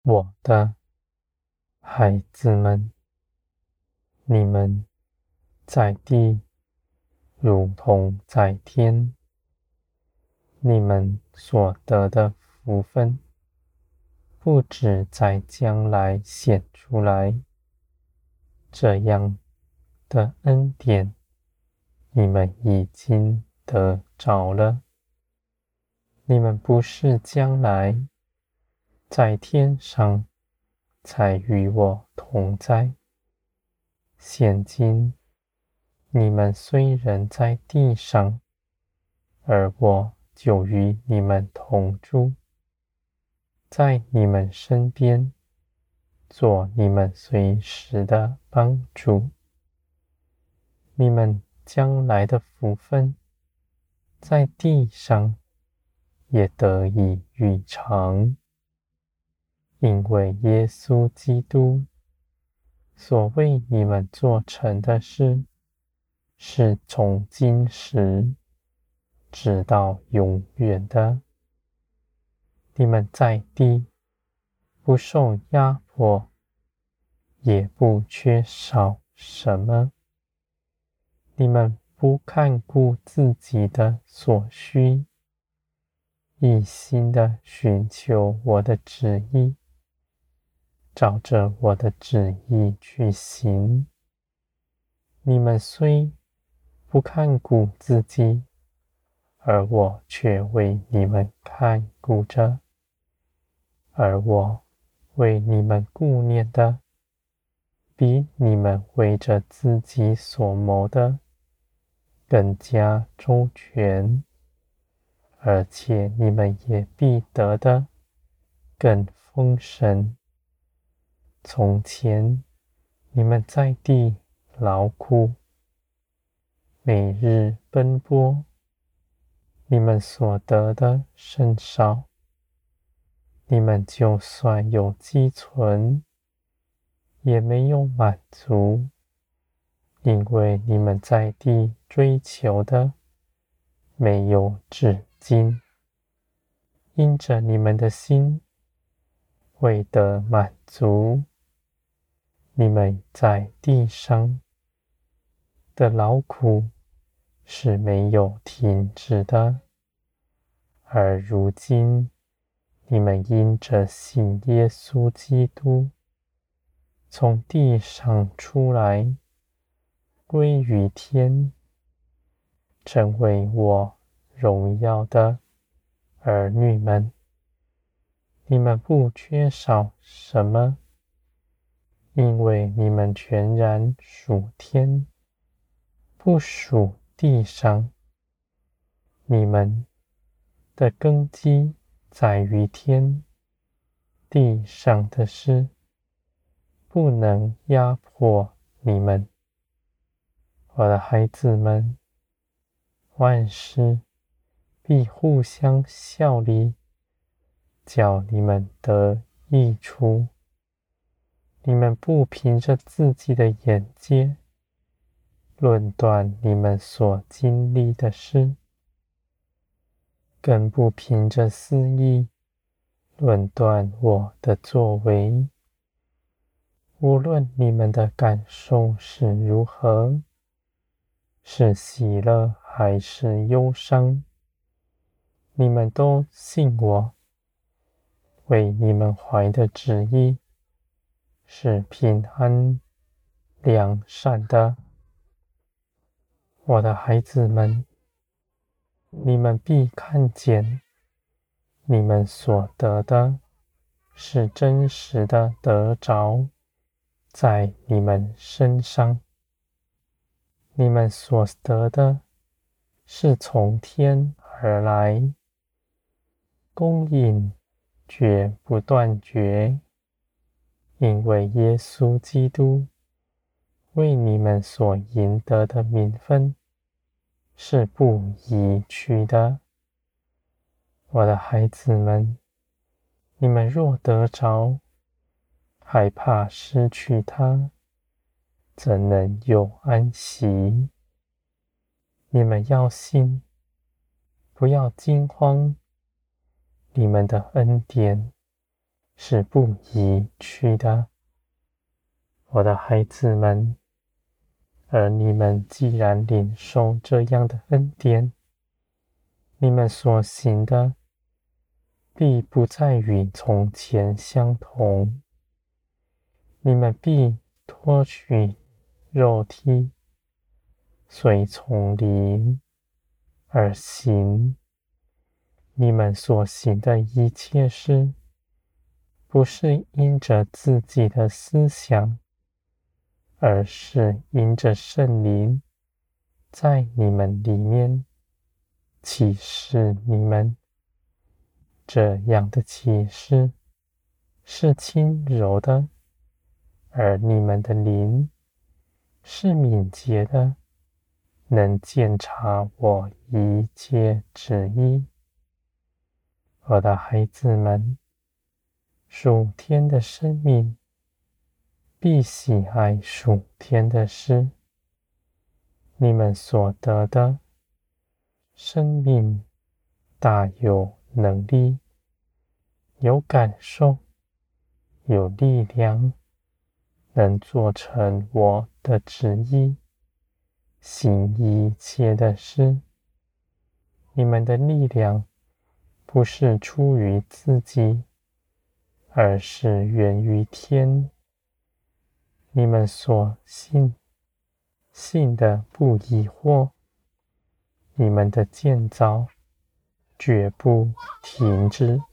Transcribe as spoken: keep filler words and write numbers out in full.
我的孩子们，你们在地如同在天，你们所得的福分，不只在将来显出来，这样的恩典，你们已经得着了。你们不是将来在天上才与我同在，现今你们虽然在地上，而我就与你们同住，在你们身边，做你们随时的帮助。你们将来的福分，在地上也得以预尝，因为耶稣基督所为你们做成的事，是从今时直到永远的。你们在地不受压迫，也不缺少什么。你们不看顾自己的所需，一心的寻求我的旨意，照着我的旨意去行。你们虽不看顾自己，而我却为你们看顾着，而我为你们顾念的，比你们为着自己所谋的更加周全，而且你们也必得的更丰盛。从前你们在地劳苦，每日奔波，你们所得的甚少，你们就算有积存，也没有满足，因为你们在地追求的没有止境，因着你们的心未得满足，你们在地上的劳苦是没有停止的，而如今你们因着信耶稣基督，从地上出来，归于天，成为我荣耀的儿女们。你们不缺少什么，因为你们全然属天，不属地上。你们的根基在于天，地上的事不能压迫你们。我的孩子们，万事必互相效力，叫你们得益处。你们不凭着自己的眼界论断你们所经历的事，更不凭着私意论断我的作为。无论你们的感受是如何，是喜乐还是忧伤，你们都信我，为你们怀的旨意是平安良善的。我的孩子们，你们必看见，你们所得的是真实的得着在你们身上。你们所得的是从天而来，供应绝不断绝，因为耶稣基督为你们所赢得的名分是不移去的。我的孩子们，你们若得着，害怕失去它，怎能有安息？你们要信，不要惊慌，你们的恩典是不移去的。我的孩子们，而你们既然领受这样的恩典，你们所行的必不再与从前相同。你们必脱去肉体，随从灵而行。你们所行的一切事，不是因着自己的思想，而是因着圣灵在你们里面启示你们。这样的启示是轻柔的，而你们的灵是敏捷的，能鉴察我一切旨意。我的孩子们，属天的生命必喜爱属天的事。你们所得的生命大有能力，有感受，有力量，能做成我的旨意，行一切的事。你们的力量不是出于自己，而是源于天。你们所信，信的不疑惑，你们的建造绝不停止。